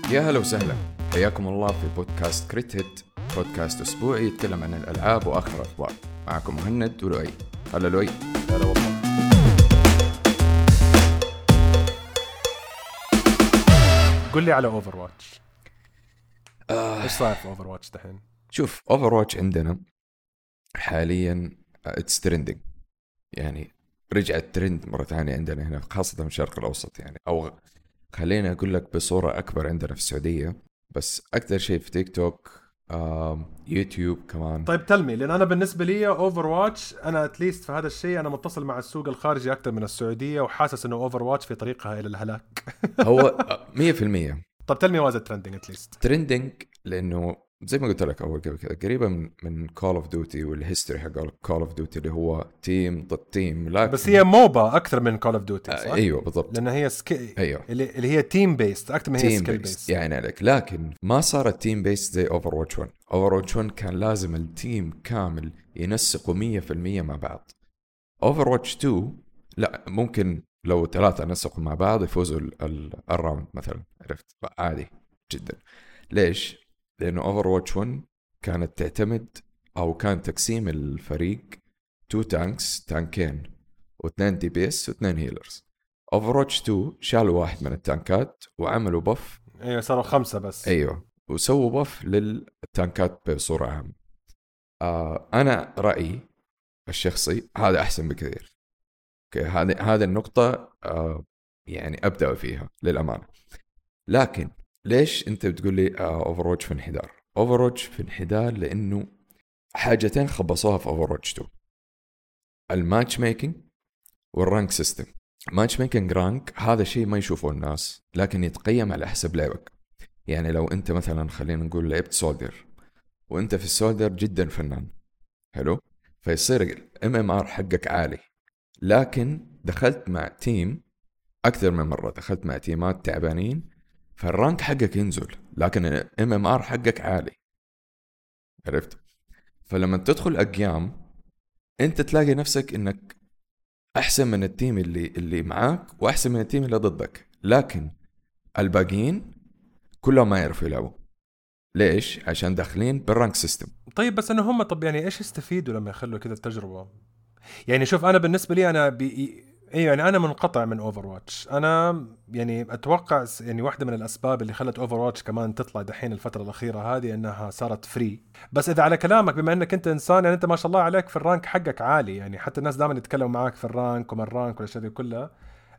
يا هلا وسهلا، حياكم الله في بودكاست كريت هيت، بودكاست أسبوعي يتكلم عن الألعاب وآخر الأخبار. معكم مهند ولؤي. هلا لؤي. هلا والله. قل لي على اوفر واتش. ايش صاير في اوفر واتش دحين؟ شوف، اوفر واتش عندنا حاليا اتس ترندنج، يعني رجعت ترند مرة ثانية عندنا هنا، خاصة في الشرق الأوسط يعني، أو خلينا أقول لك بصورة أكبر عندنا في السعودية، بس أكثر شيء في تيك توك، يوتيوب كمان. طيب تلمي، لان انا بالنسبه لي اوفر واتش انا اتليست في هذا الشيء انا متصل مع السوق الخارجي اكثر من السعوديه، وحاسس انه اوفر واتش في طريقها الى الهلاك. هو 100% طب تلمي واز ترندنج اتليست ترندنج، لانه زي ما قلت لك اول قبل كذا قريبه من كول اوف ديوتي والهيستوري حق كول اوف ديوتي اللي هو تيم ضد تيم، لكن بس هي موبا اكثر من كول اوف ديوتي، صح؟ ايوه بالضبط، لان هي ايوه اللي هي تيم بيست اكثر من هي سكيل بيست يعني عليك. لكن ما صارت تيم بيست زي اوفر واتش 1. اوفر واتش 1 كان لازم التيم كامل ينسقوا 100% مع بعض. اوفر واتش 2 لا، ممكن لو 3 نسقوا مع بعض يفوزوا الراوند مثلا، عرفت؟ عادي جدا. ليش؟ لأنه Overwatch 1 كانت تعتمد، أو كان تقسيم الفريق 2 تانكس، تانكين و2 دي بي اس و2 هيلرز. Overwatch 2 شالوا واحد من التانكات وعملوا بف. ايوه صاروا 5 بس. أيوة، وسووا بف للتانكات بصورة عامة. أنا رأيي الشخصي هذا أحسن بكثير. هذه النقطة يعني أبدأ فيها للأمانة. لكن ليش أنت بتقول لي Overwatch في انحدار؟ Overwatch في انحدار لأنه حاجتين خبصوها في Overwatch 2: الماتش ميكينج والرانك سيستم. ماتش ميكينج رانك هذا شيء ما يشوفه الناس، لكن يتقيم على حسب لعبك. يعني لو أنت مثلا خلينا نقول لعبت سولدر، وأنت في السولدر جدا فنان حلو، فيصير MMR حقك عالي. لكن دخلت مع تيم أكثر من مرة، دخلت مع تيمات تعبانين، فالرانك حقك ينزل لكن MMR حقك عالي، عرفت؟ فلما تدخل أقيام أنت تلاقي نفسك إنك أحسن من التيم اللي معاك وأحسن من التيم اللي ضدك، لكن الباقيين كلهم ما يعرفوا يلعبوا. ليش؟ عشان داخلين بالرانك سيستم. طيب بس انه هم، طب يعني ايش يستفيدوا لما يخلوا كذا التجربه؟ يعني شوف، انا بالنسبه لي انا ايوه يعني انا منقطع من اوفر واتش. انا يعني اتوقع يعني واحده من الاسباب اللي خلت اوفر واتش كمان تطلع دحين الفتره الاخيره هذه انها صارت فري. بس اذا على كلامك، بما انك انت انسان يعني انت ما شاء الله عليك في الرانك حقك عالي، يعني حتى الناس دائما يتكلموا معاك في الرانك وما الرانك والاشياء دي كلها،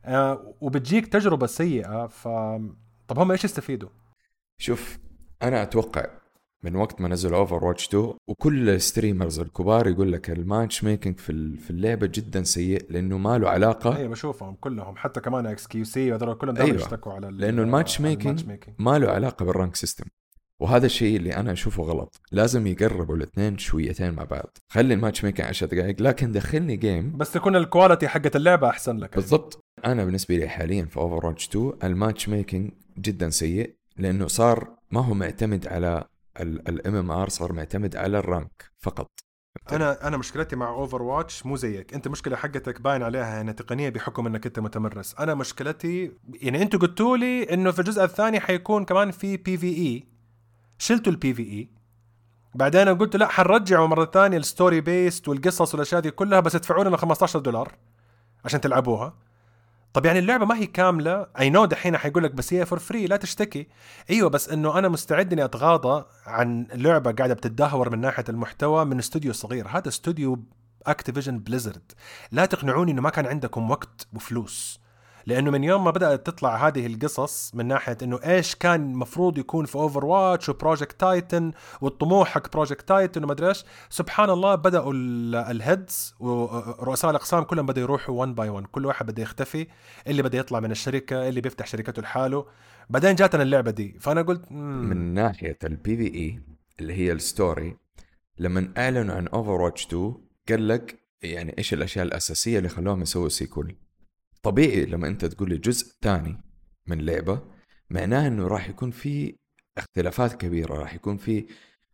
وبتجيك تجربه سيئه. طب هم ايش يستفيدوا؟ شوف، أنا أتوقع من وقت ما نزل اوفر واتش 2 وكل الستريمرز الكبار يقول لك الماتش ميكينج في اللعبة جدا سيء، لأنه ما له علاقة. ايوه بشوفهم كلهم، حتى كمان اكس كيو سي وهذول كلهم دائما أيوة، يشتكوا على لأنه الماتش ميكينج ما له علاقة بالرانك سيستم، وهذا الشيء اللي أنا أشوفه غلط. لازم يقربوا الاثنين شويتين مع بعض. خلي الماتش ميكينج 10 دقائق، لكن دخلني جيم بس تكون الكواليتي حقت اللعبة أحسن لك. بالضبط. أنا بالنسبة لي حاليا في اوفر واتش 2 الماتش ميكينج جدا سيء، لأنه صار ما هو معتمد على MMR، صار معتمد على الرانك فقط. انا مشكلتي مع اوفر واتش مو زيك انت، مشكله حقتك باين عليها يعني تقنيه بحكم انك انت متمرس. انا مشكلتي يعني انتوا قلتوا لي انه في الجزء الثاني حيكون كمان في PvE، شلتوا PvE، بعدين أنا قلت لا حنرجعوا مره ثانيه الستوري بيست والقصص والاشياء دي كلها، بس ادفعوا لنا $15 عشان تلعبوها. طب يعني اللعبة ما هي كاملة. اي نو دحين حيقول لك بس هي فور فري لا تشتكي. ايوه بس انه انا مستعد اني اتغاضى عن لعبة قاعدة بتتدهور من ناحية المحتوى من استوديو صغير. هذا استوديو اكتيفيجن بليزرد. لا تقنعوني انه ما كان عندكم وقت وفلوس، لانه من يوم ما بدأت تطلع هذه القصص من ناحية انه ايش كان مفروض يكون في اوفر واتش وبروجكت تايتن والطموح حق بروجكت تايتن وما ادري ايش، سبحان الله بدأوا الهيدز ورؤساء الاقسام كلهم بدأوا يروحوا 1 باي 1، كل واحد بده يختفي، اللي بده يطلع من الشركة، اللي بيفتح شركته لحاله. بعدين جاتنا اللعبة دي، فانا قلت من ناحية PvE اللي هي الستوري، لما اعلنوا عن اوفر واتش 2 قال لك يعني ايش الاشياء الاساسية اللي خلوهم يسووا سيكول. طبيعي لما انت تقول لي جزء تاني من لعبة، معناه انه راح يكون في اختلافات كبيرة، راح يكون في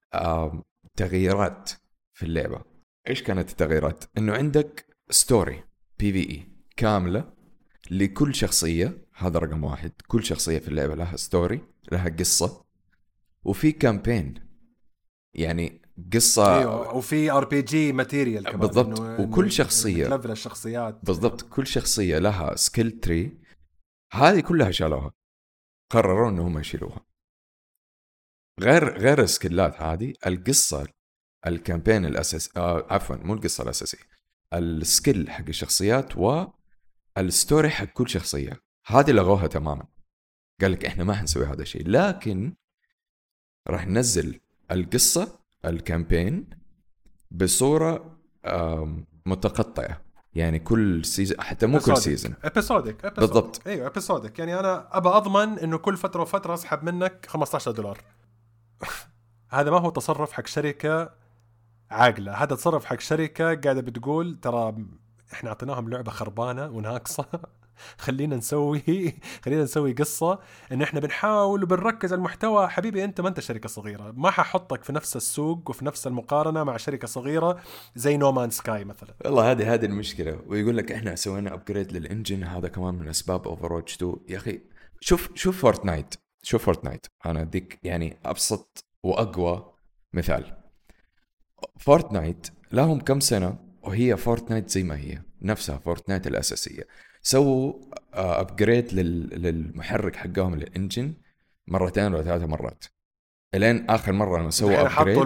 تغييرات في اللعبة. ايش كانت التغييرات؟ انه عندك ستوري PvE كاملة لكل شخصية، هذا رقم واحد، كل شخصية في اللعبة لها ستوري، لها قصة، وفي كامبين، يعني قصة. ايوه، وفي ار بي جي ماتيريال كمان. بالضبط. وكل شخصية ليفل الشخصيات. بالضبط، كل شخصية لها سكيل تري، هذه كلها شالوها، قرروا انهم يشيلوها. غير السكيلات هذه، القصة، الكامبين الاساسي، عفوا مو القصة الاساسية، السكيل حق الشخصيات والستوري حق كل شخصية، هذه لغوها تماما. قال لك احنا ما حنسوي هذا الشيء، لكن راح ننزل القصة الكامبين بصورة متقطعة، يعني كل سيزن، حتى مو كل سيزن، ابيسودك. بالضبط. ايوه ابيسودك، يعني انا ابى اضمن انه كل فتره وفتره اسحب منك $15. هذا ما هو تصرف حق شركه عاقله، هذا تصرف حق شركه قاعده بتقول ترى احنا اعطيناهم لعبه خربانه وناقصه خلينا نسوي قصه ان احنا بنحاول وبنركز على المحتوى. حبيبي انت ما انت شركه صغيره، ما ححطك في نفس السوق وفي نفس المقارنه مع شركه صغيره زي نومان سكاي مثلا. والله هذه المشكله. ويقول لك احنا سوينا ابجريد للانجن، هذا كمان من اسباب اوفرواتش 2. يا اخي شوف فورتنايت، انا اديك يعني ابسط واقوى مثال. فورتنايت لهم كم سنه وهي فورتنايت زي ما هي نفسها، فورتنايت الاساسيه. سووا ابجريد للمحرك حقهم للانجن مرتين ولا 3 مرات، الين اخر مره لما سووا ابجريد.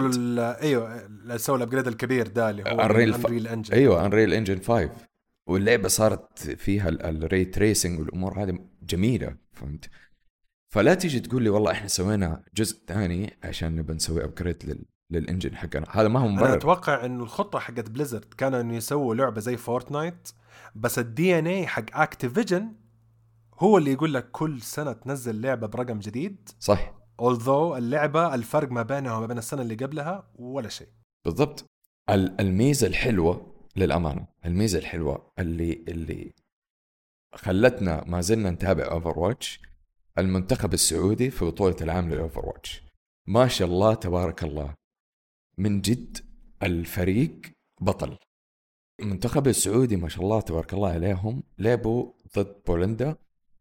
ايوه سووا الابجريد الكبير ده اللي هو انريل انجن. ايوه انريل انجن 5، واللعبه صارت فيها الري تريسنج والامور هذه جميله، فهمت؟ فلا تيجي تقول لي والله احنا سوينا جزء ثاني عشان نبي نسوي ابجريد للانجن حقنا، هذا ما هو مبرر. انا اتوقع انه الخطه حقت بليزرد كانوا انه يسووا لعبه زي فورتنايت، بس الدي ان اي حق اكتيفيجن هو اللي يقول لك كل سنه تنزل لعبه برقم جديد. صح. although اللعبه الفرق ما بينها وما بين السنه اللي قبلها ولا شيء. بالضبط. الميزه الحلوه للامانه، الميزه الحلوه اللي خلتنا ما زلنا نتابع اوفرواتش، المنتخب السعودي في بطوله العالم للاوفرواتش، ما شاء الله تبارك الله، من جد الفريق بطل. المنتخب السعودي ما شاء الله تبارك الله عليهم، لعبوا ضد بولندا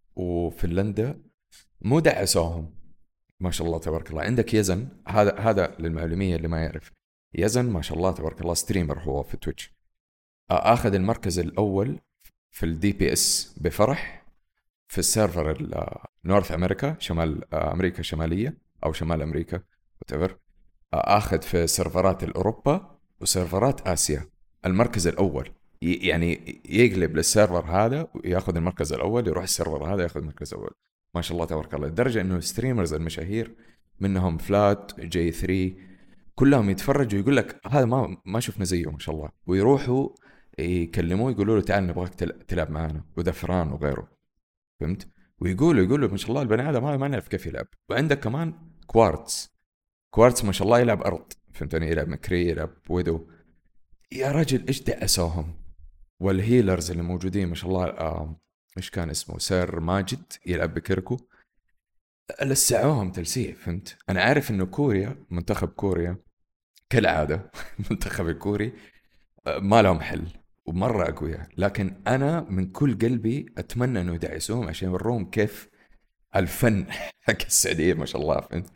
وفنلندا، مو دعسوهم، ما شاء الله تبارك الله. عندك يزن، هذا للمعلومية اللي ما يعرف، يزن ما شاء الله تبارك الله ستريمر هو في تويتش، اخذ المركز الاول في الدي بي اس بفرح في السيرفر نورث امريكا، شمال امريكا الشمالية او شمال امريكا whatever. اخذ في سيرفرات الاوروبا وسيرفرات اسيا المركز الاول، يعني يقلب للسيرفر هذا وياخذ المركز الاول، يروح السيرفر هذا ياخذ المركز الاول، ما شاء الله تبارك الله. لدرجه انه الستريمرز المشاهير منهم فلات جي 3 كلهم يتفرجوا يقول لك هذا ما شفنا زيه ما شاء الله، ويروحوا يكلموه يقولوا له تعال نبغاك تلعب معنا، وذفران وغيره، فهمت؟ ويقولوا ما شاء الله البني ادم ما نعرف كيف يلعب. وعندك كمان كوارتز ما شاء الله يلعب ارض، فهمتني؟ يلعب مكري، يلعب ويدو. يا رجل ايش دعسوهم. والهيلرز اللي موجودين ما شاء الله، ايش كان اسمه، سير ماجد يلعب بكيركو، لسعوهم تلسيع، فهمت؟ انا عارف انه كوريا، منتخب كوريا كالعاده منتخب الكوري ما لهم حل ومره اقوياء، لكن انا من كل قلبي اتمنى انه يدعسوهم عشان يوروهم كيف الفن حق السعوديه ما شاء الله، فهمت؟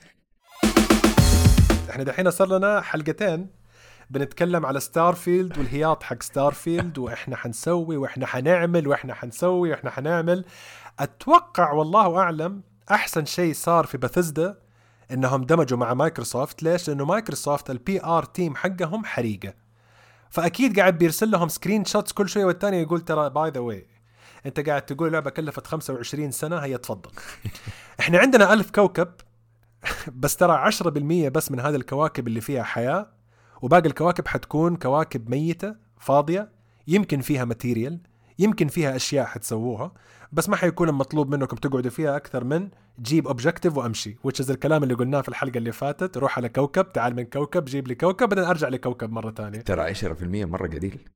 احنا دحين صار لنا حلقتين بنتكلم على ستارفيلد والهياط حق ستارفيلد، واحنا حنسوي واحنا حنعمل واحنا حنسوي واحنا حنعمل. اتوقع والله اعلم احسن شيء صار في بثزدا انهم دمجوا مع مايكروسوفت. ليش؟ لانه مايكروسوفت البي ار تيم حقهم حريقه، فاكيد قاعد بيرسل لهم سكرين شوتس كل شويه والتاني يقول ترى باي ذا واي انت قاعد تقول لعبه كلفت 25 سنه، هي تفضل. احنا عندنا 1000 كوكب بس ترى 10% بس من هذه الكواكب اللي فيها حياه، وباقي الكواكب حتكون كواكب ميتة فاضية، يمكن فيها ماتيريال، يمكن فيها أشياء حتسووها، بس ما حيكون المطلوب منكم تقعدوا فيها أكثر من جيب أوبجكتيف وأمشي، which is الكلام اللي قلناه في الحلقة اللي فاتت، روح على كوكب، تعال من كوكب، جيب لي كوكب، بعدين أرجع لكوكب مرة تانية. ترى 10% مرة قليل،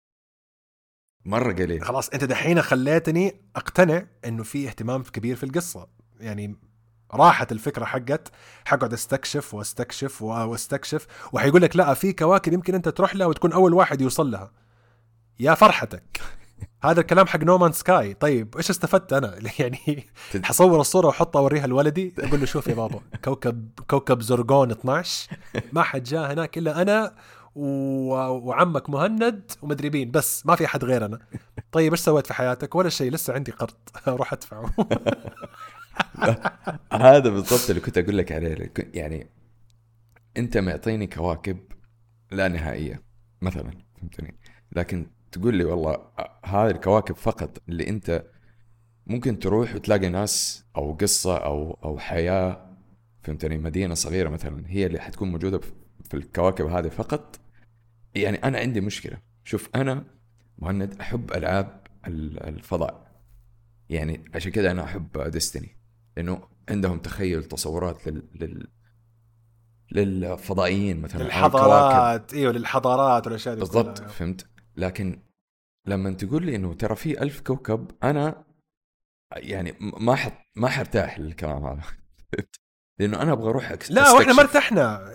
مرة قليل. خلاص أنت دحين خليتني أقتنع إنه في اهتمام كبير في القصة، يعني راحت الفكرة حقعد استكشف واستكشف وحيقول لك لا في كواكب يمكن انت تروح لها وتكون اول واحد يوصل لها. يا فرحتك هذا الكلام حق نومان سكاي. طيب ايش استفدت انا يعني؟ حصور الصوره واحطها اوريها لولدي اقول له شوف يا بابا كوكب زرقون 12 ما حد جاء هناك الا انا وعمك مهند ومدربين بس، ما في احد غيرنا. طيب ايش سويت في حياتك؟ ولا شيء، لسه عندي قرض اروح ادفعه. هذا بالضبط اللي كنت اقول لك عليه. يعني انت معطيني كواكب لا نهائيه مثلا، فهمتني؟ لكن تقول لي والله هذه الكواكب فقط اللي انت ممكن تروح وتلاقي ناس او قصه او حياه، فهمتني؟ مدينه صغيره مثلا هي اللي حتكون موجوده في الكواكب هذه فقط. يعني انا عندي مشكله. شوف انا مهند احب العاب الفضاء، يعني عشان كده انا احب ديستني، لانه عندهم تخيل تصورات للفضائيين مثلا أو الكواكب. للحضارات، ايوه للحضارات والاشياء دي بالضبط كلها. فهمت. لكن لما تقول لي انه ترى في 1000 كوكب، انا يعني ما حرتاح للكلام هذا. لانه انا ابغى اروح لا واحنا ما استكشف.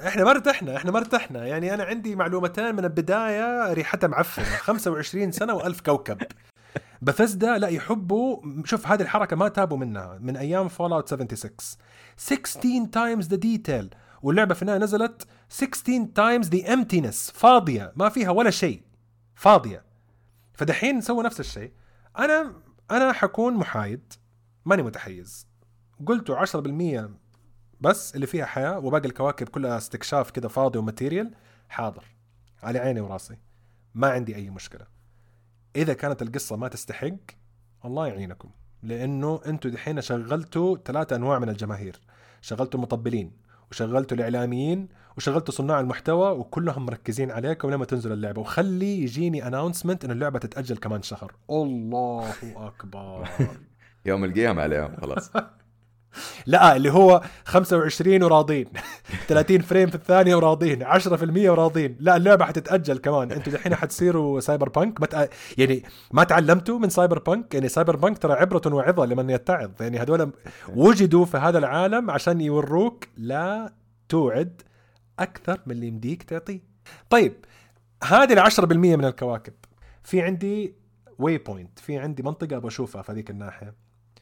ارتحنا يعني. انا عندي معلومتين من البدايه ريحتها معفنه. 25 سنه و1000 كوكب. بثزدا لا يحبوا، شوف هذه الحركه ما تابوا منها من ايام فول اوت 76. 16 تايمز ذا ديتيل، واللعبه في النهايه نزلت 16 تايمز ذا امتينس، فاضيه ما فيها ولا شيء، فاضيه. فدحين سووا نفس الشيء. انا حكون محايد، ماني متحيز. قلتوا 10% بس اللي فيها حياه، وباقي الكواكب كلها استكشاف كده فاضي وماتيريال. حاضر، على عيني وراسي، ما عندي اي مشكله. إذا كانت القصة ما تستحق، الله يعينكم، لأنه أنتوا دحين شغلتوا 3 أنواع من الجماهير. شغلتوا المطبلين، وشغلتوا الإعلاميين، وشغلتوا صناع المحتوى، وكلهم مركزين عليكم لما تنزل اللعبة. وخلي يجيني أناونسمنت إن اللعبة تتأجل كمان شهر. الله أكبر. يوم القيامة عليهم خلاص. لا اللي هو 25 وراضين، 30 فريم في الثانية وراضين، 10% وراضين. لا اللعبة حتتأجل كمان. انتوا دحين حتصيروا سايبر بانك. يعني ما تعلمتوا من سايبر بانك؟ يعني سايبر بانك ترى عبرة وعظة لمن يتعظ. يعني هذول وجدوا في هذا العالم عشان يوروك لا توعد أكثر من اللي يمديك تعطيه. طيب هذه 10% من الكواكب. في عندي واي بوينت، في عندي منطقة بشوفها في هذيك الناحية.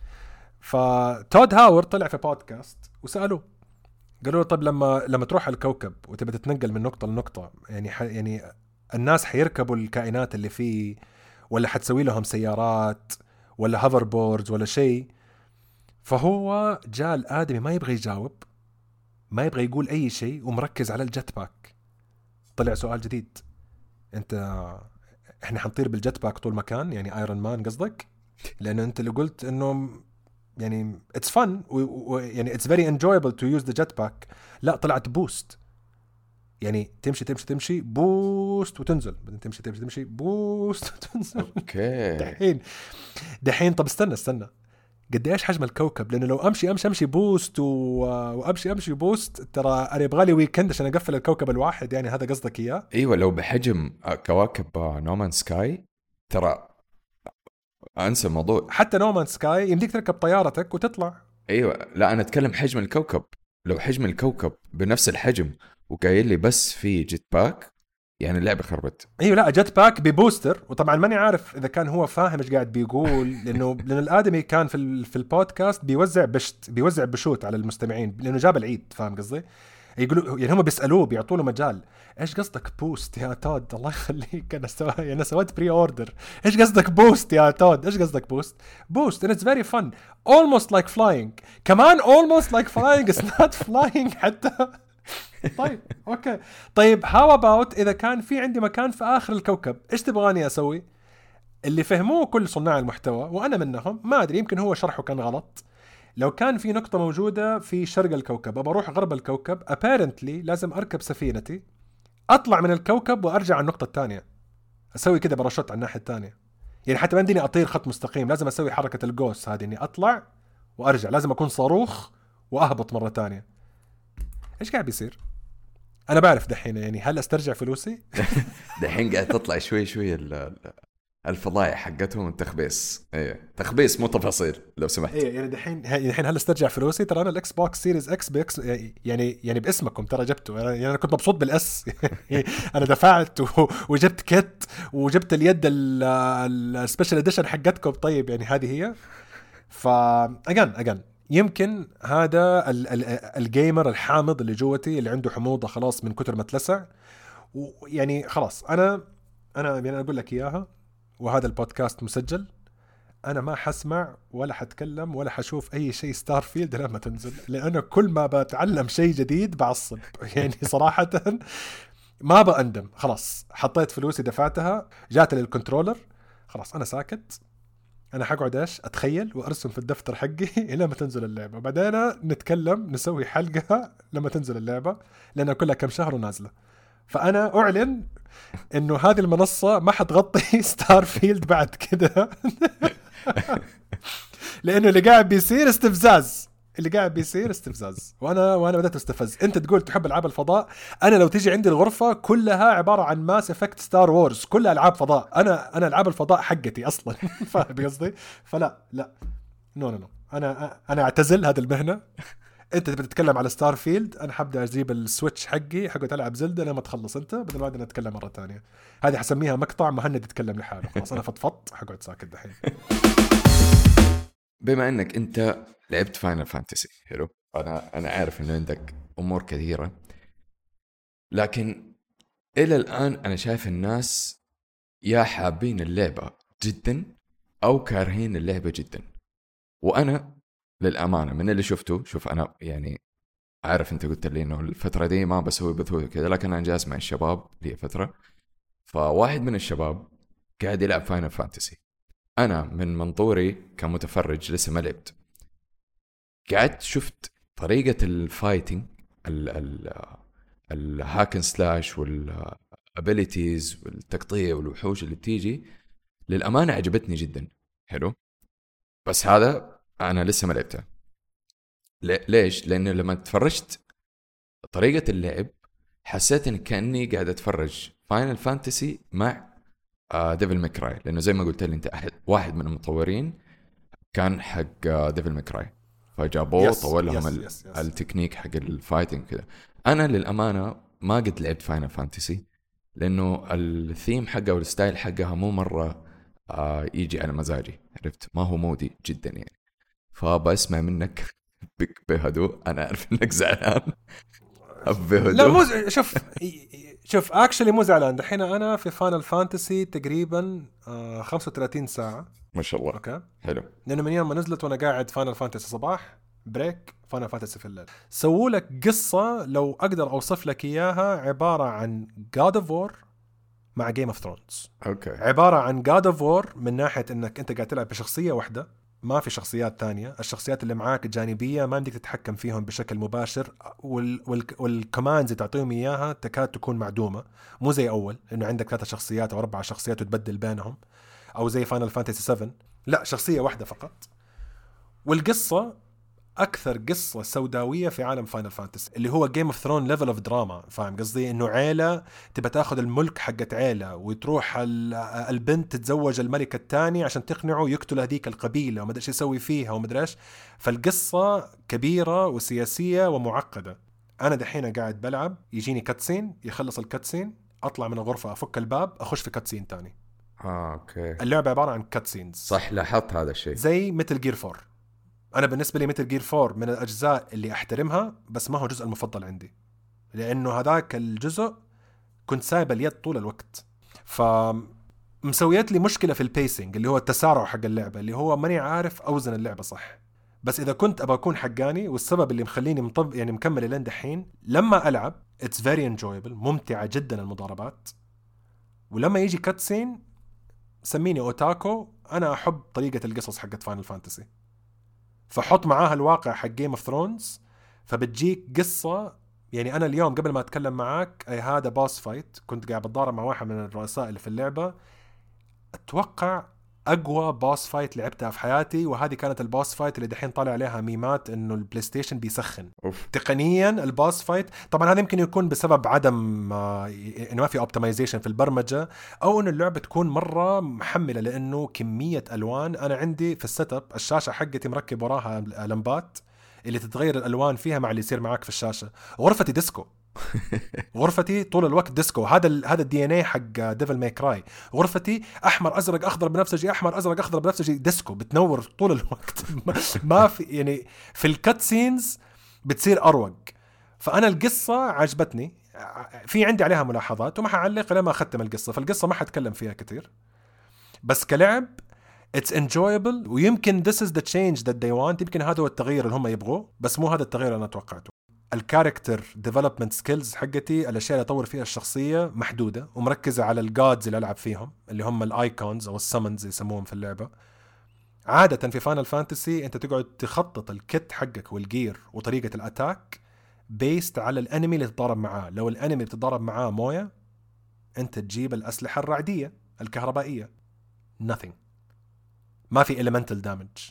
فتود هاورد طلع في بودكاست وسألوه، قالوا طب لما تروح على الكوكب وتبي تتنقل من نقطة لنقطة، يعني الناس حيركبوا الكائنات اللي فيه، ولا حتسوي لهم سيارات ولا هافر بوردز ولا شيء؟ فهو جاء الآدمي ما يبغى يجاوب، ما يبغى يقول أي شيء، ومركز على الجت باك. طلع سؤال جديد، احنا حنطير بالجت باك طول مكان؟ يعني ايرون مان قصدك؟ لأنه انت اللي قلت انه يعني it's fun يعني it's very enjoyable to use the jetpack. لا طلعت بوست، يعني تمشي بوست وتنزل، بعدين تمشي بوست وتنزل. اوكي دحين طب استنى قد ايش حجم الكوكب؟ لانه لو امشي بوست وامشي بوست، ترى انا يبغى لي ويكند عشان اقفل الكوكب الواحد. يعني هذا قصدك اياه؟ ايوه لو بحجم كواكب نومان سكاي ترى انسى الموضوع. حتى نومان سكاي يمديك تركب طيارتك وتطلع. ايوه لا انا اتكلم حجم الكوكب. لو حجم الكوكب بنفس الحجم وقايل لي بس في جيت باك، يعني اللعبه خربت. ايوه لا جت باك ببوستر. وطبعا ماني عارف اذا كان هو فاهم ايش قاعد بيقول، لان الادمي كان في البودكاست بيوزع بشوت على المستمعين، لانه جاب العيد، فاهم قصدي؟ يقولوا يعني هم بيسالوه، بيعطوا له مجال. ايش قصدك بوست يا تود؟ الله يخليك، انا سويت بري اوردر. ايش قصدك بوست يا تود؟ ايش قصدك بوست and it's very fun almost like flying. كمان almost like flying is not flying حتى. طيب اوكي. طيب هاو اباوت اذا كان في عندي مكان في اخر الكوكب، ايش تبغاني اسوي؟ اللي فهموه كل صناع المحتوى وانا منهم، ما ادري يمكن هو شرحه كان غلط. لو كان في نقطة موجودة في شرق الكوكب ابى اروح غرب الكوكب، apparently لازم اركب سفينتي، اطلع من الكوكب وارجع على النقطة الثانية، اسوي كده برشوت على الناحية الثانية. يعني حتى ما عندني اطير خط مستقيم، لازم اسوي حركة الجوس هذه، اني اطلع وارجع، لازم اكون صاروخ واهبط مرة ثانية. ايش قاعد بيصير؟ انا بعرف دحين، يعني هل استرجع فلوسي؟ دحين قاعد تطلع شوي الفضايح حقتهم التخبيص، ايه تخبيص مو تفاصيل لو سمحت. ايه يعني دحين هل استرجع فلوسي؟ ترى انا الاكس بوكس سيريز اكس يعني باسمكم ترى جبته، يعني انا كنت مبسوط بالاس. انا دفعت وجبت كيت وجبت اليد السبيشال اديشن حقتكم. طيب يعني هذه هي. اجان يمكن هذا الجيمر الحامض اللي جوتي اللي عنده حموضه خلاص من كتر ما تلسع، ويعني خلاص انا يعني اقول لك اياها، وهذا البودكاست مسجل. انا ما حسمع ولا حتكلم ولا حشوف اي شيء ستار فيلد لما تنزل، لانه كل ما بتعلم شيء جديد بعصب. يعني صراحه ما بأندم. خلاص حطيت فلوسي دفعتها، جات لي الكنترولر، خلاص انا ساكت. انا حقعد اتخيل وارسم في الدفتر حقي الى ما تنزل اللعبه، بعدين نتكلم نسوي حلقه لما تنزل اللعبه، لانها كلها كم شهر ونازله. فانا اعلن انه هذه المنصه ما حتغطي ستار فيلد بعد كده. لانه اللي قاعد بيصير استفزاز، وانا بدأت استفز. انت تقول تحب العاب الفضاء، انا لو تيجي عندي الغرفه كلها عباره عن ماس افكت ستار وورز، كلها العاب فضاء. انا العاب الفضاء حقتي اصلا. فاهم قصدي؟ فلا لا، نو انا اعتزل هذه المهنه. انت تبي تتكلم على ستار فيلد، انا حبدا اجيب السويتش حقي حقت العب زلده لما تخلص انت، بدل ما نتكلم مره تانية. هذه حسميها مقطع مهند يتكلم لحاله. خلاص انا فضفضت، حقعد ساكت دحين. بما انك انت لعبت فاينل فانتسي حلو، انا عارف انه عندك امور كثيره، لكن الى الان انا شايف الناس يا حابين اللعبه جدا او كارهين اللعبه جدا. وانا للامانه من اللي شفته، شوف انا يعني عارف انت قلت لي انه الفتره دي ما بسوي بثوث كذا، لكن انا جالس مع الشباب لي فتره، فواحد من الشباب قاعد يلعب فاينل فانتسي. انا من منظوري كمتفرج لسه ما لعبت، قعدت شفت طريقة الفايتنج، الهاكن سلاش والابيليتيز والتقطيع والوحوش اللي بتيجي، للأمانة عجبتني جدا حلو. بس هذا أنا لسه ما لعبته. ليش؟ لأنه لما تفرجت طريقة اللعب حسيت إن كأني قاعد أتفرج فاينل فانتسي مع ديفل ماكراي، لأنه زي ما قلت لي أنت واحد من المطورين كان حق ديفل ماكراي، فجابوه طول لهم التكنيك حق الفايتنج كذا. انا للامانه ما قد لعبت فاينل فانتسي، لانه الثيم حقه والستايل حقها مو مره يجي على مزاجي، عرفت؟ ما هو مودي جدا يعني. فبسمع منك بهدوء، انا اعرف انك زعلان بهدوء. لا مو شوف اكشلي مو زعلان. دحين انا في فاينل فانتسي تقريبا 35 ساعه ما شاء الله. اوكي حلو. لانه من يوم ما نزلت وانا قاعد فاينل فانتسي صباح بريك، فاينل فانتسي في الليل. سووا لك قصه لو اقدر اوصف لك اياها، عباره عن God of War مع Game of Thrones. اوكي. عباره عن God of War من ناحيه انك انت قاعد تلعب بشخصيه واحده، ما في شخصيات تانية. الشخصيات اللي معاك جانبية ما بدك تتحكم فيهم بشكل مباشر، والكماندز تعطيهم إياها تكاد تكون معدومة. مو زي أول إنه عندك 3 شخصيات أو 4 شخصيات وتبدل بينهم، أو زي فاينل فانتسي 7 لا، شخصية واحدة فقط. والقصة أكثر قصة سوداوية في عالم فاينل فانتسي، اللي هو جيم اوف ثرون ليفل اوف دراما. فاهم قصدي؟ إنه عيلة تبى تاخذ الملك حقت عيلة، وتروح البنت تتزوج الملك الثاني عشان تقنعه يقتل هذيك القبيلة، وما ادري ايش يسوي فيها وما ادري ايش. فالقصة كبيرة وسياسية ومعقدة. أنا دحين قاعد بلعب، يجيني كاتسين، يخلص الكاتسين أطلع من الغرفة أفك الباب أخش في كاتسين تاني. اوكي. اللعبة عبارة عن كاتسينز. صح، لاحظت هذا الشيء. زي ميتل جير 4. أنا بالنسبة لي ميتل جير 4 من الأجزاء اللي أحترمها، بس ما هو الجزء المفضل عندي، لأنه هذاك الجزء كنت سايب اليد طول الوقت. فمسويت لي مشكلة في البيسنج، اللي هو التسارع حق اللعبة، اللي هو ماني عارف أوزن اللعبة صح. بس إذا كنت أبى أكون حقاني، والسبب اللي مخليني يعني مكمل لين دحين، لما ألعب it's very enjoyable، ممتعة جدا المضاربات. ولما يجي كاتسين، سميني أوتاكو، أنا أحب طريقة القصص حقت فاينل فانتسي، فحط معاها الواقع حق جيم اوف ثرونز، فبتجيك قصة. يعني أنا اليوم قبل ما أتكلم معاك هذا باس فايت، كنت قاعد بتضارب مع واحد من الرؤساء اللي في اللعبة. أتوقع اقوى بوس فايت لعبتها في حياتي، وهذه كانت البوس فايت اللي دحين طالع عليها ميمات انه البلاي ستيشن بيسخن. أوف. تقنيا البوس فايت طبعا هذا يمكن يكون بسبب عدم انه ما في اوبتمايزيشن في البرمجه، او انه اللعبه تكون مره محمله، لانه كميه الوان. انا عندي في السيت اب الشاشه حقتي مركب وراها لمبات اللي تتغير الالوان فيها مع اللي يصير معك في الشاشه. غرفتي ديسكو. غرفتي طول الوقت ديسكو. هذا الدي ان اي حق ديفل ماي كراي. غرفتي احمر ازرق اخضر بنفسجي، احمر ازرق اخضر بنفسجي، ديسكو بتنور طول الوقت. ما في يعني في الكات سينز بتصير اروق. فانا القصه عجبتني، في عندي عليها ملاحظات وما حعلق لما اختم القصه، فالقصه ما حتكلم فيها كتير، بس كلعب it's enjoyable. ويمكن this is the change that they want، يمكن هذا هو التغيير اللي هم يبغوه، بس مو هذا التغيير اللي انا توقعته. الكاركتر ديفلوبمنت سكيلز حقتي، الاشياء اللي اطور فيها الشخصيه محدوده، ومركزه على الجادز اللي العب فيهم اللي هم الايكونز او السمنز يسموهم في اللعبه. عاده في فاينل فانتسي انت تقعد تخطط الكت حقك والجير وطريقه الاتاك بيست على الانمي اللي تتضارب معاه. لو الانمي اللي تتضارب معاه مويه، انت تجيب الاسلحه الرعديه الكهربائيه. nothing، ما في elemental damage.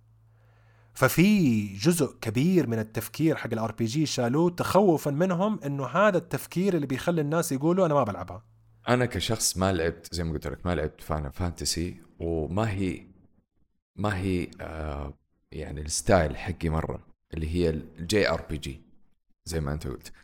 ففي جزء كبير من التفكير حق الار بي جي شالوه تخوفا منهم انه هذا التفكير اللي بيخلي الناس يقولوا انا ما بلعبها. انا كشخص ما لعبت زي ما قلت لك، ما لعبت فاينل فانتسي، وما هي يعني الستايل حقي مره اللي هي الجي ار بي جي زي ما انت قلت.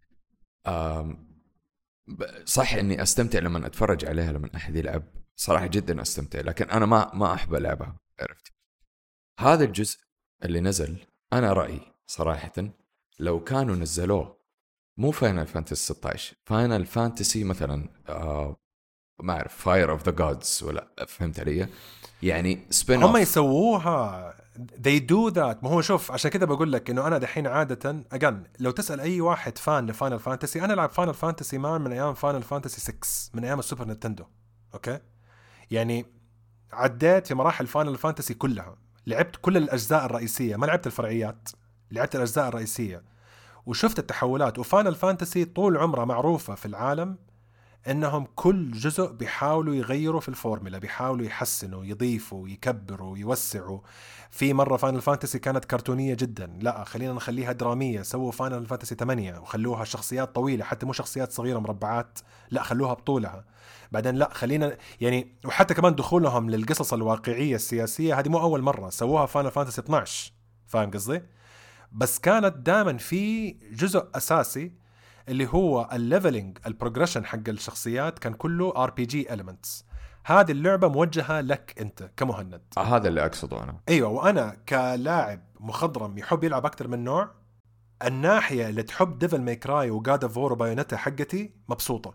صح اني استمتع لما اتفرج عليها، لما احد يلعب صراحه جدا استمتع، لكن انا ما احب العبها. عرفت؟ هذا الجزء اللي نزل انا رايي صراحه لو كانوا نزلوه مو فاينل فانتسي 16، فاينل فانتسي مثلا ما اعرف فاير اوف ذا جودز، ولا فهمت علي؟ يعني سبين هم يسووها they do that. ما هو شوف، عشان كده بقول لك انه انا دحين عاده لو تسال اي واحد فان لفاينل فانتسي، انا لعب فاينل فانتسي مان من ايام فاينل فانتسي 6 من ايام السوبر نينتندو. اوكي، يعني عديت في مراحل فاينل فانتسي كلها، لعبت كل الاجزاء الرئيسيه، ما لعبت الفرعيات، لعبت الاجزاء الرئيسيه وشفت التحولات. وفاينل فانتسي طول عمرها معروفه في العالم انهم كل جزء بيحاولوا يغيروا في الفورمولا، بيحاولوا يحسنوا، يضيفوا، يكبروا، يوسعوا. في مرة فاينل فانتسي كانت كرتونية جدا، لا خلينا نخليها درامية، سووا فاينل فانتسي 8 وخلوها شخصيات طويلة، حتى مو شخصيات صغيرة مربعات، لا خلوها بطولها. بعدين لا خلينا يعني، وحتى كمان دخولهم للقصص الواقعية السياسية هذه مو أول مرة، سووها فاينل فانتسي 12. فاهم قصدي؟ بس كانت دائما في جزء أساسي اللي هو الليفلينج، البروجريشن حق الشخصيات كان كله ار بي جي elements. هذه اللعبة موجهة لك انت كمهند. هذا اللي اقصده انا. ايوه، وانا كلاعب مخضرم يحب يلعب اكثر من نوع، الناحية اللي تحب ديفل ماي كراي وجاد اوف وور وبايونيتا حقتي مبسوطة.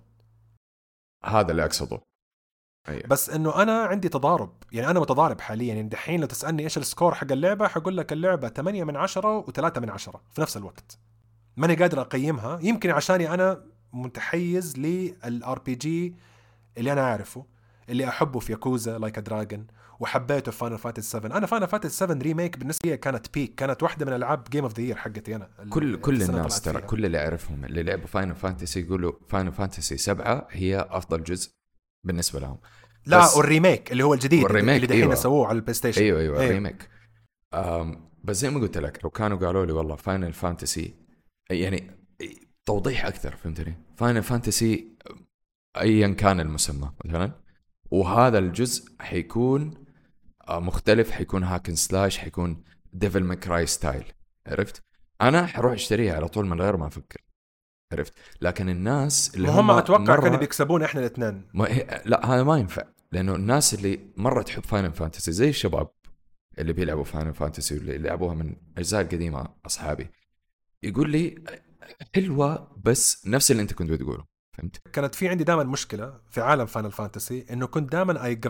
هذا اللي اقصده. أيوة. بس انه انا عندي تضارب، يعني انا متضارب حاليا. يعني دحين لو تسألني ايش السكور حق اللعبة حقول لك اللعبة 8 من 10 و3 من 10 في نفس الوقت. ماني قادر اقيمها، يمكن عشاني انا متحيز للار بي جي اللي انا اعرفه، اللي احبه في ياكوزا لايك دراجون، وحبيته في فاينل فانتسي 7. انا فاينل فانتسي 7 ريميك بالنسبه لي كانت بيك، كانت واحده من العاب جيم اوف ذا يير حقتي انا. كل الناس ترى، كل اللي اعرفهم اللي لعبوا فاينل فانتسي يقولوا فاينل فانتسي 7 هي افضل جزء بالنسبه لهم. لا، والريميك اللي هو الجديد اللي دحين أيوة. سووه على البلاي ستيشن. ايوه الريميك. بس زي ما قلت لك، لو كانوا قالوا لي والله فاينل فانتسي، يعني توضيح اكثر، فهمتني؟ فاينل فانتسي ايا كان المسمى مثلا، وهذا الجزء حيكون مختلف، حيكون هاكن سلاش، حيكون ديفل ماكراي ستايل. عرفت؟ انا حروح اشتريها على طول من غير ما افكر. عرفت؟ لكن الناس اللي هم اتوقع كانوا بيكسبون احنا الاثنين. لا هذا ما ينفع، لانه الناس اللي مره تحب فاينل فانتسي زي الشباب اللي بيلعبوا فاينل فانتسي واللي لعبوها من اجزاء القديمه، اصحابي يقول لي حلوه بس نفس اللي انت كنت بتقوله. فهمت؟ كانت في عندي دائما مشكله في عالم فاينل فانتسي، انه كنت دائما اي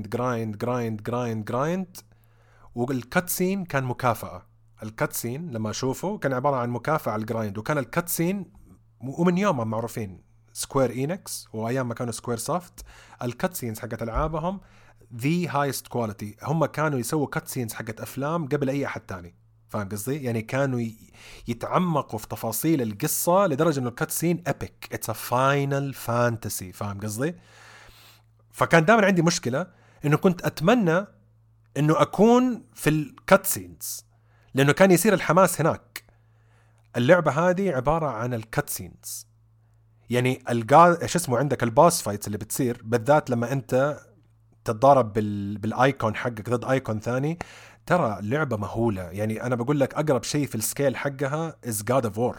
جرايند والكاتسين كان مكافأة. الكاتسين لما اشوفه كان عباره عن مكافأة على الجرايند، وكان الكاتسين ومن يومهم معروفين سكوير إينكس وايام ما كانوا سكوير سوفت، الكاتسينز حقت العابهم the highest quality. هم كانوا يسووا كاتسينز حقت افلام قبل اي احد تاني. فاهم قصدي؟ يعني كانوا يتعمقوا في تفاصيل القصة لدرجة انه الكاتسين epic. it's a final fantasy. فاهم قصدي؟ فكان دائما عندي مشكلة انه كنت اتمنى انه اكون في الكاتسينز، لانه كان يصير الحماس هناك. اللعبة هذه عبارة عن الكاتسينز، يعني ايش اسمه، عندك الباس فايتس اللي بتصير بالذات لما انت تتضارب بالايكون حقك ضد ايكون ثاني. ترى لعبة مهولة، يعني انا بقول لك اقرب شيء في السكيل حقها از God of War.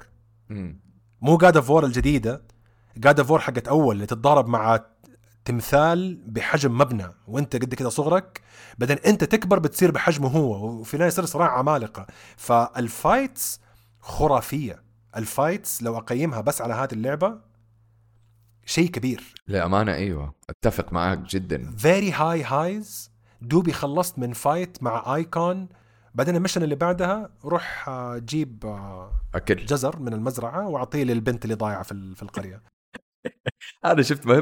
مو God of War الجديدة، God of War حقت اول اللي تتضارب مع تمثال بحجم مبنى وانت قد كده صغرك، بعدين انت تكبر بتصير بحجمه هو، وفي النهاية يصير صراع عمالقة. فالفايتس خرافية. الفايتس لو اقيمها بس على هذه اللعبة شيء كبير لأمانة. أيوة أتفق معك جدا. very high highs. دوبي خلصت من فايت مع ايكون، بعدين المشن اللي بعدها روح جيب أكل جزر من المزرعة وأعطيه للبنت اللي ضايعة في القرية. أنا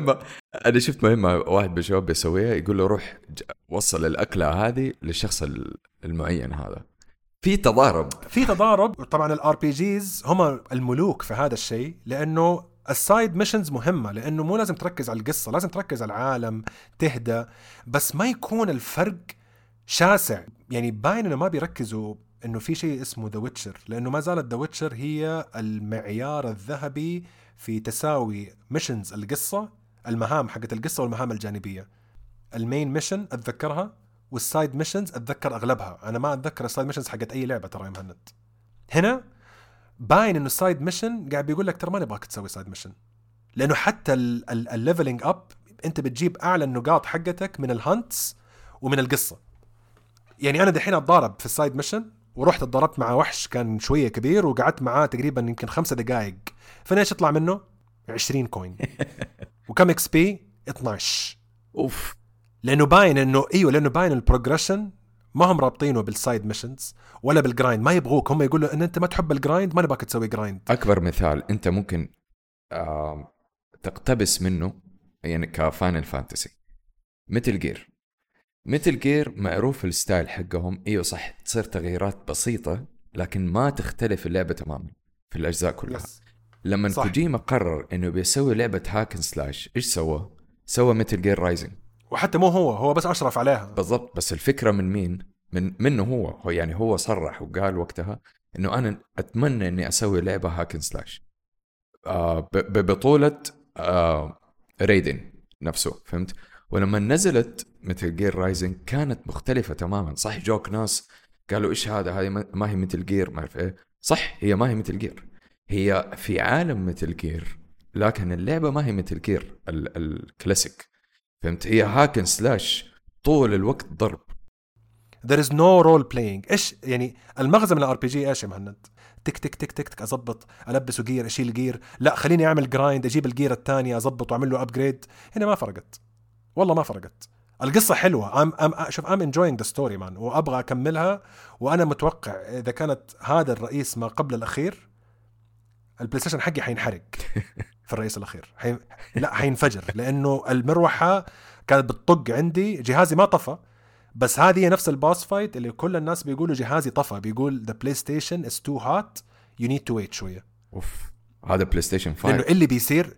شفت مهمة واحد بالشباب بيسويها، يقول له روح وصل الأكلة هذه للشخص المعين هذا. في تضارب. طبعا الار بي جيز هم الملوك في هذا الشيء، لأنه السايد ميشنز مهمة، لأنه مو لازم تركز على القصة، لازم تركز على العالم، تهدى، بس ما يكون الفرق شاسع. يعني باين إنه ما بيركزوا إنه في شيء اسمه ذا ويتشر، لأنه ما زالت ذا ويتشر هي المعيار الذهبي في تساوي ميشنز القصة، المهام حقت القصة والمهام الجانبية. المين ميشن أتذكرها، والسايد ميشنز أتذكر أغلبها. أنا ما أتذكر السايد ميشنز حقت أي لعبة ترى يا مهند. هنا باين إنه السايد ميشن قاعد بيقول لك ترى ما نبغاك تسوي سايد ميشن، لأنه حتى الليفلينج أب أنت بتجيب أعلى النقاط حقتك من الهانتس ومن القصة. يعني أنا دحين أتضارب في السايد ميشن، ورحت اتضربت مع وحش كان شوية كبير وقعدت معاه تقريبا يمكن 5 دقائق، فنيش يطلع منه 20 كوين وكم اكس بي 12. اوف. لانه باين انه لانه باين البروجريشن ما هم رابطينه بالسايد ميشنز ولا بالجرايند. ما يبغوك، هم يقولوا ان انت ما تحب الجرايند، ما نبغاك تسوي جرايند. اكبر مثال انت ممكن تقتبس منه يعني كفاينل فانتسي، مثل جير معروف الستايل حقهم. ايوه صح، تصير تغييرات بسيطة لكن ما تختلف اللعبة تماما في الأجزاء كلها. لما كوجيما قرر انه بيسوي لعبة هاكن سلاش، ايش سوى مثل جير رايزنج، وحتى مو هو بس أشرف عليها بالضبط. بس الفكرة من مين؟ منه هو يعني هو صرح وقال وقتها انه انا اتمنى اني اسوي لعبة هاكن سلاش ببطولة ريدن نفسه، فهمت؟ ولما نزلت مثل جير رايزنج كانت مختلفة تماما. صح، جوك ناس قالوا إيش هذه ما هي مثل جير، ما أعرف إيه. صح، هي ما هي مثل جير، هي في عالم مثل جير، لكن اللعبة ما هي مثل جير الكلاسيك، فهمت؟ هي هاكن سلاش طول الوقت ضرب. There is no role playing. إيش يعني المغزى من الار بي جي؟ إيش يا مهند؟ تك تك تك تك تك أضبط، ألبسه جير، أشيل جير، لا خليني أعمل جرايند، أجيب الجير الثاني أضبط وأعمل له أبجريد. هنا ما فرقت، والله ما فرقت. القصة حلوة، شوف I'm enjoying the story man، وأبغى أكملها. وأنا متوقع إذا كانت هذا الرئيس ما قبل الأخير، البلاي ستيشن حقي حينحرق في الرئيس الأخير. لا حينفجر، لأنه المروحة كانت بتطق عندي، جهازي ما طفى، بس هذه نفس الباس فايت اللي كل الناس بيقولوا جهازي طفى، بيقول the PlayStation is too hot you need to wait شوية. أوف، هذا بلاي ستيشن 5. لأنه اللي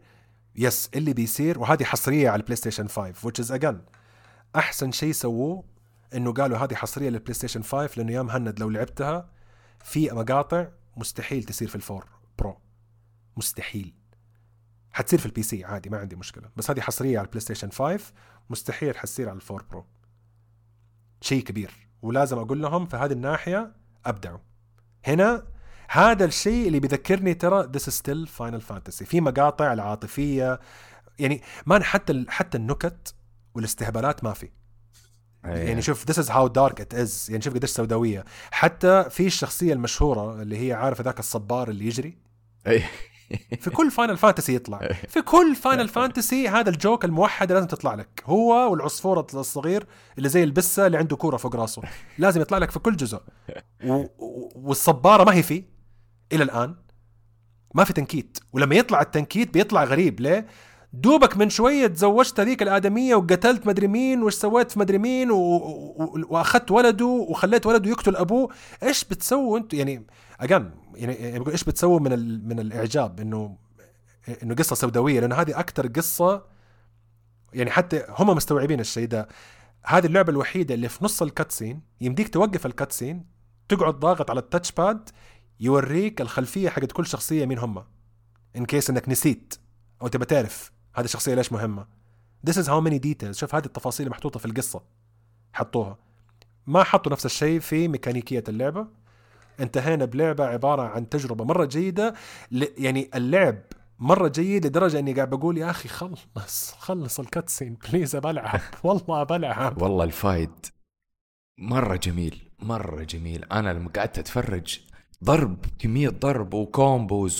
بيصير وهذه حصرية على البلاي ستيشن 5 which is again أحسن شيء سووه، إنه قالوا هذه حصرية للبلاي ستيشن 5، لأنه يا مهند لو لعبتها في مقاطع مستحيل تصير في الفور برو، مستحيل. حتصير في البي سي عادي ما عندي مشكلة، بس هذه حصرية على البلاي ستيشن 5، مستحيل حتصير على الفور برو. شيء كبير، ولازم أقول لهم في هذه الناحية أبدعوا. هنا هذا الشيء اللي بيذكرني ترى this is still Final Fantasy. في مقاطع العاطفية يعني ما حتى النكت والاستهبالات ما في. يعني شوف this is how dark it is، يعني شوف قديش سوداوية. حتى في الشخصية المشهورة اللي هي عارف ذاك الصبار اللي يجري في كل فاينل فانتسي يطلع، في كل فاينل فانتسي هذا الجوك الموحد لازم تطلع لك، هو والعصفورة الصغير اللي زي البسة اللي عنده كورة فوق راسه، لازم يطلع لك في كل جزء. والصبارة ما هي فيه إلى الآن، ما في تنكيت. ولما يطلع التنكيت بيطلع غريب. ليه؟ دوبك من شوية تزوجت هذيك الآدمية وقتلت مدري مين وش سويت في مدري مين وأخذت ولده وخليت ولده يقتل أبوه. إيش بتسووا أنتوا؟ يعني يعني إيش بتسووا من الإعجاب إنه قصة سوداوية؟ لأن هذه أكتر قصة، يعني حتى هم مستوعبين الشيء ده. هذه اللعبة الوحيدة اللي في نص الكاتسين يمديك توقف الكاتسين، تقعد ضاغط على التاتش باد يوريك الخلفية حقت كل شخصية مين هم، إن كيس إنك نسيت أو تبى تعرف هذه الشخصية ليش مهمة. This is how many details. شوف هذه التفاصيل محطوطة في القصة حطوها. ما حطوا نفس الشيء في ميكانيكية اللعبة. انتهينا بلعبة عبارة عن تجربة مرة جيدة. يعني اللعب مرة جيد لدرجة أني قاعد بقول يا أخي خلص الكاتسين بليز بلعب. والله بلعب. والله الفايت مرة جميل. أنا لما قعدت أتفرج ضرب، كمية ضرب وكومبوز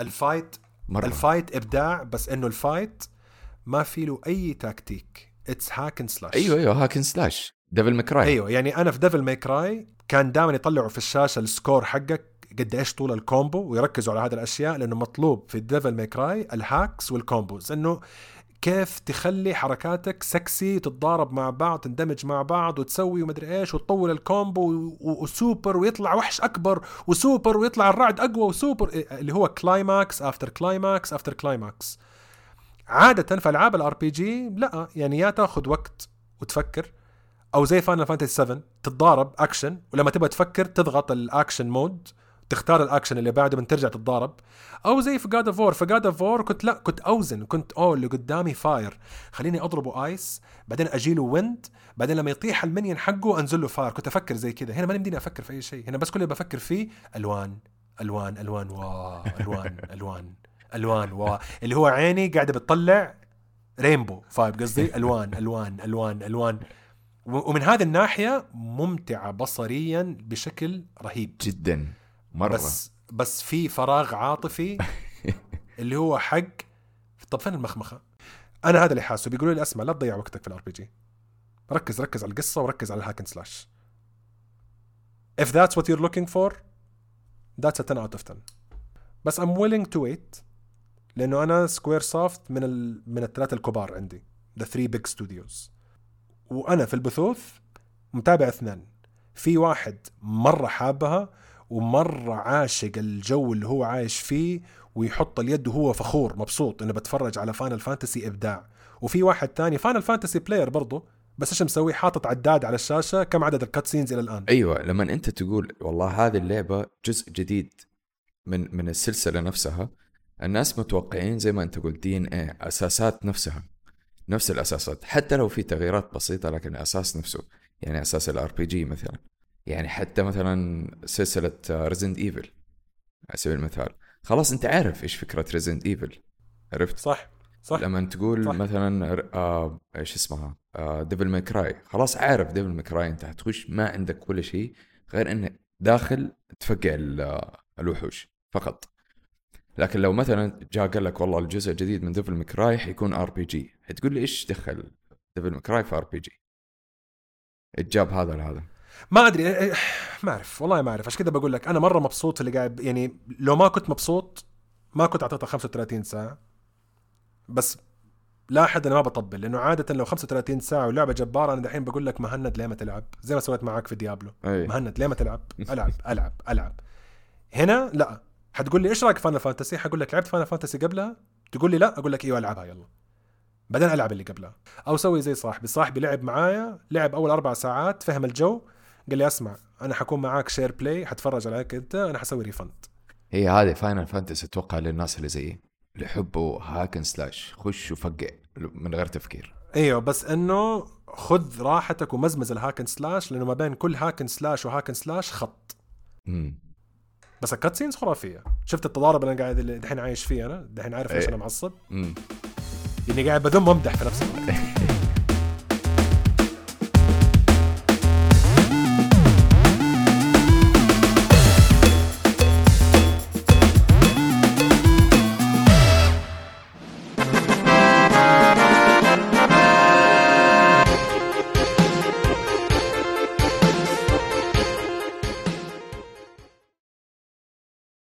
الفايت إبداع. بس إنه الفايت ما في له أي تاكتيك. It's hack and slash. أيوة هاك اند سلاش ديفل ماكراي. أيوة يعني أنا في ديفل ماكراي كان دائما يطلعوا في الشاشة السكور حقك قد إيش طول الكومبو، ويركزوا على هذه الأشياء لأنه مطلوب في ديفل ماكراي الهاكس والكومبوز، إنه كيف تخلي حركاتك سكسي، تتضارب مع بعض، تندمج مع بعض وتسوي ومدري إيش، وتطول الكومبو وسوبر ويطلع وحش أكبر، وسوبر ويطلع الرعد أقوى، وسوبر اللي هو كلايماكس أفتر كلايماكس أفتر كلايماكس. عادة في ألعاب الار بي جي لا، يعني يا تاخذ وقت وتفكر، أو زي فاينل فانتسي 7 تتضارب أكشن، ولما تبغى تفكر تضغط الأكشن مود تختار الأكشن اللي بعده من ترجع تتضارب. أو زي في God of War. في God of War كنت أوزن، كنت اللي قدامي فاير خليني أضربه آيس، بعدين أجيله ويند، بعدين لما يطيح المنين حقه أنزل له فاير. كنت أفكر زي كده. هنا ما نمديني أفكر في أي شيء. هنا بس كل اللي بفكر فيه ألوان ألوان ألوان ألوان ألوان ألوان اللي هو عيني قاعدة بتطلع رينبو فايب قصدي. ألوان ألوان ألوان ألوان. ومن هذه الناحية ممتعة بصريا بشكل رهيب جدا مرة. بس في فراغ عاطفي اللي هو حق طب فين المخمخة. أنا هذا اللي حاسه. بيقولوا لي أسمع لا تضيع وقتك في الار بي جي، ركز على القصة وركز على الهاكن سلاش. If that's what you're looking for that's a 10 out of 10. بس I'm willing to wait لأنه أنا سكوير سوفت من الثلاثة الكبار عندي، the 3 big studios، وأنا في البثوث متابع 2. في واحد مرة حابها ومرة عاشق الجو اللي هو عايش فيه ويحط اليد وهو فخور مبسوط إنه بتفرج على فاينل فانتسي إبداع. وفي واحد تاني فاينل فانتسي بلاير برضو، بس إيش مسوي؟ حاطط عداد على الشاشة كم عدد الكاتسينز إلى الآن. أيوة لما أنت تقول والله هذه اللعبة جزء جديد من السلسلة نفسها، الناس متوقعين زي ما أنت قلت DNA أساسات نفسها، نفس الأساسات، حتى لو في تغييرات بسيطة لكن الأساس نفسه. يعني أساس الRPG مثلا، يعني حتى مثلا سلسلة Resident Evil على سبيل المثال، خلاص أنت عارف إيش فكرة Resident Evil، عرفت؟ صح لما تقول صح. مثلا إيش اسمها Devil May Cry، خلاص عارف Devil May Cry أنت هتخش ما عندك كل شيء غير إنك داخل تفقع الوحوش فقط. لكن لو مثلا جاء قال لك والله الجزء الجديد من ديفل ماكراي حيكون RPG، هتقول لي ايش دخل ديفل ماكراي في RPG؟ الجاب هذا لهذا ما ادري، ما اعرف والله ما اعرف. عشان كده بقول لك انا مره مبسوط اللي قاعد، يعني لو ما كنت مبسوط ما كنت اعطيتها 35 ساعه. بس لاحظ انا ما بطبل، لانه عاده لو 35 ساعه ولعبه جباره انا دحين بقول لك مهند ليه ما تلعب، زي ما سويت معاك في ديابلو. مهند ليه ما تلعب؟ العب. هنا لا، حتقول لي ايش رايك فاينل فانتسي؟ حقول لك لعبت فاينل فانتسي قبلها؟ تقول لي لا، اقول لك ايوه العبها يلا، بعدين العب اللي قبلها. او سوي زي صاحبي لعب معايا، لعب اول 4 ساعات فهم الجو، قال لي اسمع انا حكون معاك شير بلاي، حتفرج عليك انت، انا حسوي ريفند. هي هذه فاينل فانتسي اتوقع للناس اللي زيي اللي يحبوا هاكن سلاش، خش وفقع من غير تفكير. ايوه بس انه خذ راحتك ومزمز الهاكن سلاش، لانه ما بين كل هاكن سلاش وهاكن سلاش خط. بس الكاتسينز خرافيه. شفت التضارب اللي انا قاعد الحين عايش فيه، انا الحين عارف ليش انا معصب، اني قاعد بذم وامدح في نفس الوقت.